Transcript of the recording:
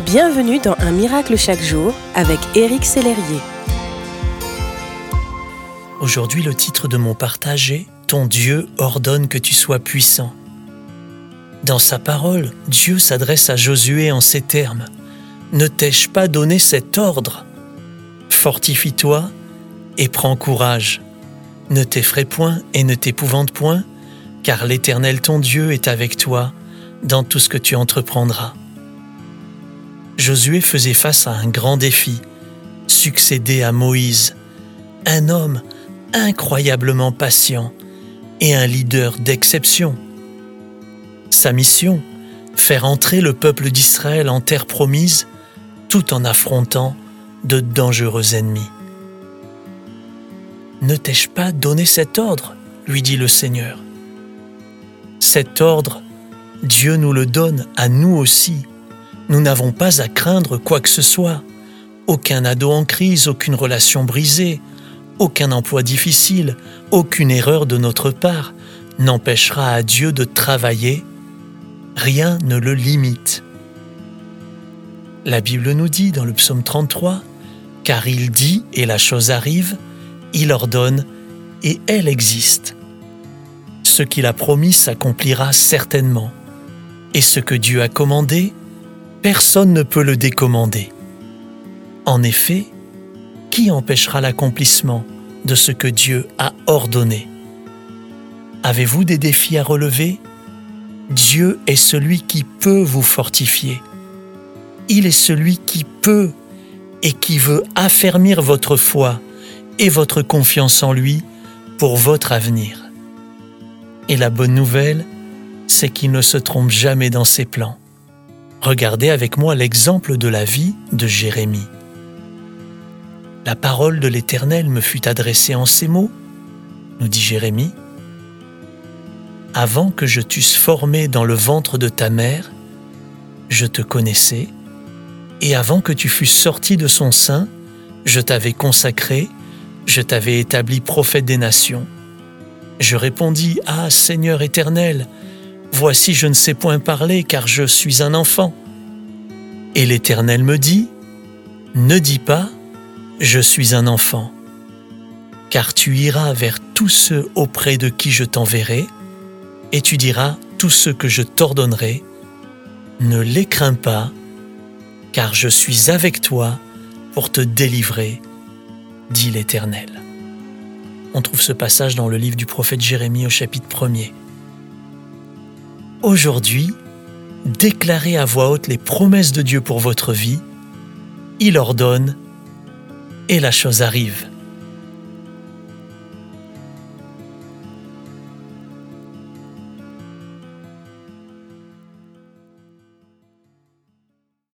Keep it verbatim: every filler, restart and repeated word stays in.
Bienvenue dans Un miracle chaque jour avec Éric Sellerier. Aujourd'hui, le titre de mon partage est « Ton Dieu ordonne que tu sois puissant ». Dans sa parole, Dieu s'adresse à Josué en ces termes « Ne t'ai-je pas donné cet ordre ? Fortifie-toi et prends courage. Ne t'effraie point et ne t'épouvante point, car l'Éternel ton Dieu est avec toi dans tout ce que tu entreprendras. » Josué faisait face à un grand défi, succéder à Moïse, un homme incroyablement patient et un leader d'exception. Sa mission, faire entrer le peuple d'Israël en terre promise tout en affrontant de dangereux ennemis. « Ne t'ai-je pas donné cet ordre ?» lui dit le Seigneur. Cet ordre, Dieu nous le donne à nous aussi. Nous n'avons pas à craindre quoi que ce soit. Aucun ado en crise, aucune relation brisée, aucun emploi difficile, aucune erreur de notre part n'empêchera à Dieu de travailler. Rien ne le limite. La Bible nous dit dans le psaume trente-trois, « Car il dit et la chose arrive, il ordonne et elle existe. Ce qu'il a promis s'accomplira certainement, et ce que Dieu a commandé, personne ne peut le décommander. En effet, qui empêchera l'accomplissement de ce que Dieu a ordonné? Avez-vous des défis à relever? Dieu est celui qui peut vous fortifier. Il est celui qui peut et qui veut affermir votre foi et votre confiance en lui pour votre avenir. Et la bonne nouvelle, c'est qu'il ne se trompe jamais dans ses plans. Regardez avec moi l'exemple de la vie de Jérémie. La parole de l'Éternel me fut adressée en ces mots, nous dit Jérémie. Avant que je t'eusse formé dans le ventre de ta mère, je te connaissais, et avant que tu fusses sorti de son sein, je t'avais consacré, je t'avais établi prophète des nations. Je répondis, « Ah, Seigneur éternel, voici je ne sais point parler, car je suis un enfant. » Et l'Éternel me dit, « Ne dis pas, je suis un enfant, car tu iras vers tous ceux auprès de qui je t'enverrai, et tu diras tout ce que je t'ordonnerai. Ne les crains pas, car je suis avec toi pour te délivrer, dit l'Éternel. » On trouve ce passage dans le livre du prophète Jérémie au chapitre premier. Aujourd'hui, déclarez à voix haute les promesses de Dieu pour votre vie. Il ordonne et la chose arrive.